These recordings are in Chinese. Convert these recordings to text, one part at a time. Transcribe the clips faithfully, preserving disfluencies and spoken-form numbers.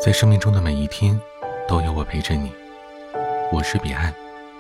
在生命中的每一天都有我陪着你，我是彼岸。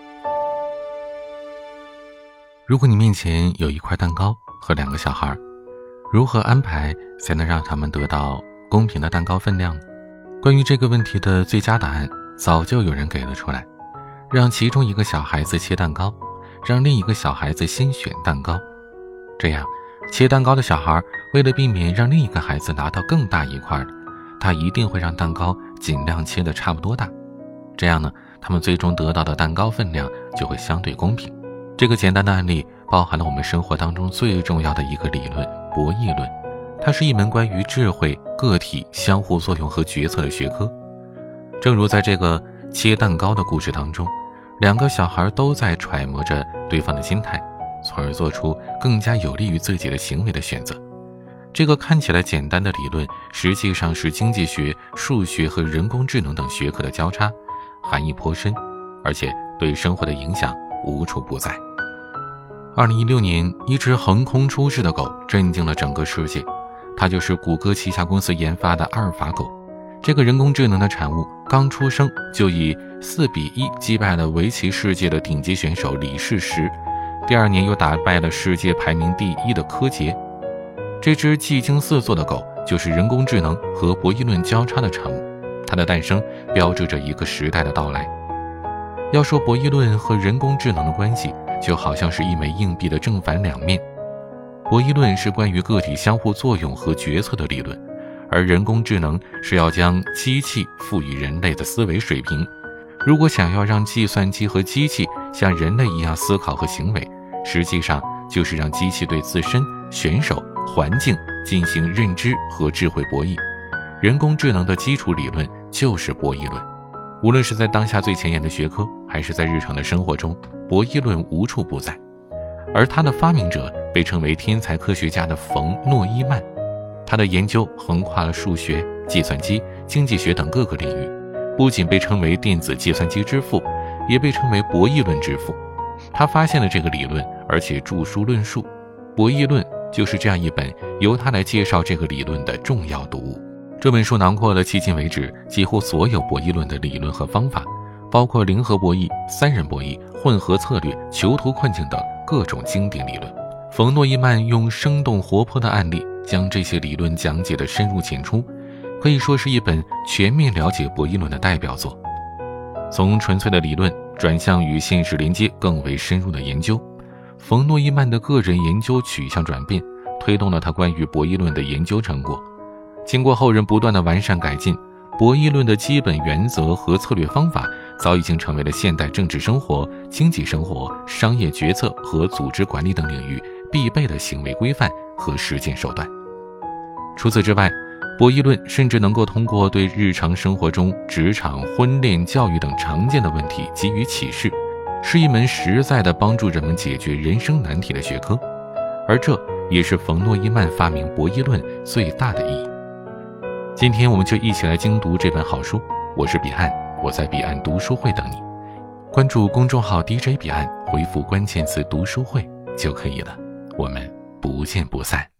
如果你面前有一块蛋糕和两个小孩，如何安排才能让他们得到公平的蛋糕分量呢？关于这个问题的最佳答案早就有人给了出来，让其中一个小孩子切蛋糕，让另一个小孩子先选蛋糕。这样切蛋糕的小孩为了避免让另一个孩子拿到更大一块的，他一定会让蛋糕尽量切得差不多大，这样呢，他们最终得到的蛋糕分量就会相对公平。这个简单的案例包含了我们生活当中最重要的一个理论——博弈论。它是一门关于智慧、个体相互作用和决策的学科。正如在这个切蛋糕的故事当中，两个小孩都在揣摩着对方的心态，从而做出更加有利于自己的行为的选择。这个看起来简单的理论，实际上是经济学、数学和人工智能等学科的交叉，含义颇深，而且对生活的影响无处不在。二零一六年，一只横空出世的狗震惊了整个世界，它就是谷歌旗下公司研发的阿尔法狗。这个人工智能的产物刚出生就以四比一击败了围棋世界的顶级选手李世石，第二年又打败了世界排名第一的柯洁。这只技惊四座的狗就是人工智能和博弈论交叉的产物，它的诞生标志着一个时代的到来。要说博弈论和人工智能的关系，就好像是一枚硬币的正反两面。博弈论是关于个体相互作用和决策的理论，而人工智能是要将机器赋予人类的思维水平。如果想要让计算机和机器像人类一样思考和行为，实际上就是让机器对自身、选手、环境进行认知和智慧博弈。人工智能的基础理论就是博弈论。无论是在当下最前沿的学科，还是在日常的生活中，博弈论无处不在。而它的发明者被称为天才科学家的冯·诺依曼，他的研究横跨了数学、计算机、经济学等各个领域，不仅被称为电子计算机之父，也被称为博弈论之父。他发现了这个理论，而且著书论述。博弈论就是这样一本由他来介绍这个理论的重要读物。这本书囊括了迄今为止几乎所有博弈论的理论和方法，包括零和博弈、三人博弈、混合策略、囚徒困境等各种经典理论。冯·诺依曼用生动活泼的案例将这些理论讲解得深入浅出，可以说是一本全面了解博弈论的代表作。从纯粹的理论转向与现实连接更为深入的研究，冯·诺依曼的个人研究取向转变，推动了他关于博弈论的研究成果。经过后人不断的完善改进，博弈论的基本原则和策略方法早已经成为了现代政治生活、经济生活、商业决策和组织管理等领域必备的行为规范和实践手段。除此之外，博弈论甚至能够通过对日常生活中职场、婚恋、教育等常见的问题给予启示，是一门实在的帮助人们解决人生难题的学科。而这也是冯·诺依曼发明博弈论最大的意义。今天我们就一起来精读这本好书。我是彼岸，我在彼岸读书会等你。关注公众号 D J 彼岸，回复关键词读书会就可以了。我们不见不散。